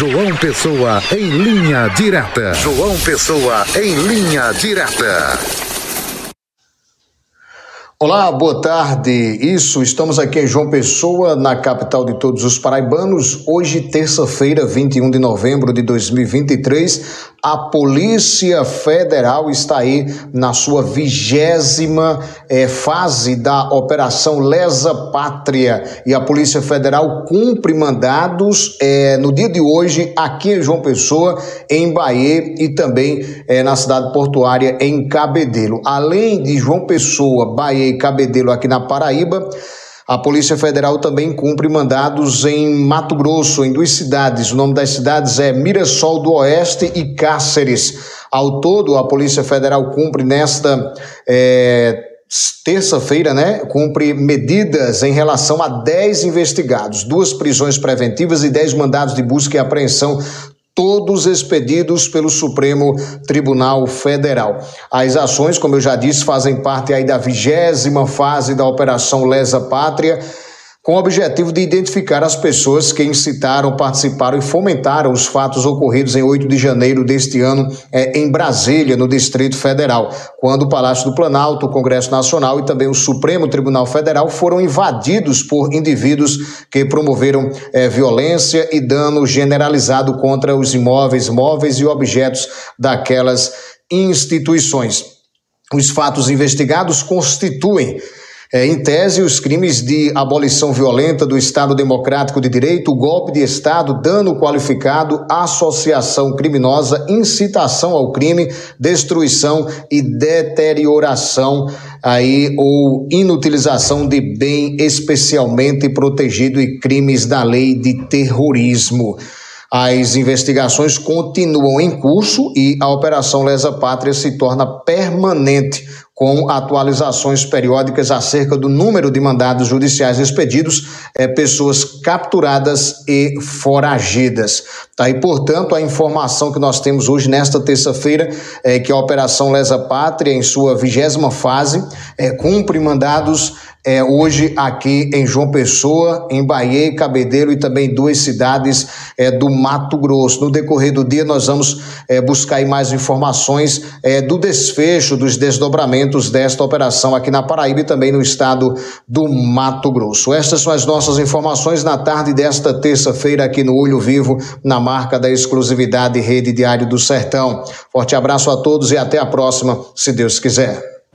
João Pessoa em linha direta. João Pessoa em linha direta. Olá, boa tarde. Estamos aqui em João Pessoa, na capital de todos os paraibanos. Hoje, terça-feira, 21 de novembro de 2023, a Polícia Federal está aí na sua 20ª fase da Operação Lesa Pátria. E a Polícia Federal cumpre mandados no dia de hoje aqui em João Pessoa, em Bahia e também na cidade portuária em Cabedelo. Além de João Pessoa, Bahia e Cabedelo aqui na Paraíba, a Polícia Federal também cumpre mandados em Mato Grosso, em 2 cidades. O nome das cidades é Mirassol do Oeste e Cáceres. Ao todo, a Polícia Federal cumpre nesta terça-feira, cumpre medidas em relação a 10 investigados, 2 prisões preventivas e 10 mandados de busca e apreensão, todos expedidos pelo Supremo Tribunal Federal. As ações, como eu já disse, fazem parte aí da 20ª fase da Operação Lesa Pátria, com o objetivo de identificar as pessoas que incitaram, participaram e fomentaram os fatos ocorridos em 8 de janeiro deste ano em Brasília, no Distrito Federal, quando o Palácio do Planalto, o Congresso Nacional e também o Supremo Tribunal Federal foram invadidos por indivíduos que promoveram violência e dano generalizado contra os móveis e objetos daquelas instituições. Os fatos investigados constituem em tese, os crimes de abolição violenta do Estado Democrático de Direito, golpe de Estado, dano qualificado, associação criminosa, incitação ao crime, destruição e deterioração ou inutilização de bem especialmente protegido e crimes da lei de terrorismo. As investigações continuam em curso e a Operação Lesa Pátria se torna permanente, com atualizações periódicas acerca do número de mandados judiciais expedidos, pessoas capturadas e foragidas. E, portanto, a informação que nós temos hoje, nesta terça-feira, é que a Operação Lesa Pátria, em sua 20ª fase, cumpre mandados hoje aqui em João Pessoa, em Bahia e Cabedelo e também 2 cidades do Mato Grosso. No decorrer do dia nós vamos buscar aí mais informações do desfecho, dos desdobramentos desta operação aqui na Paraíba e também no estado do Mato Grosso. Estas são as nossas informações na tarde desta terça-feira aqui no Olho Vivo, na marca da exclusividade Rede Diário do Sertão. Forte abraço a todos e até a próxima, se Deus quiser.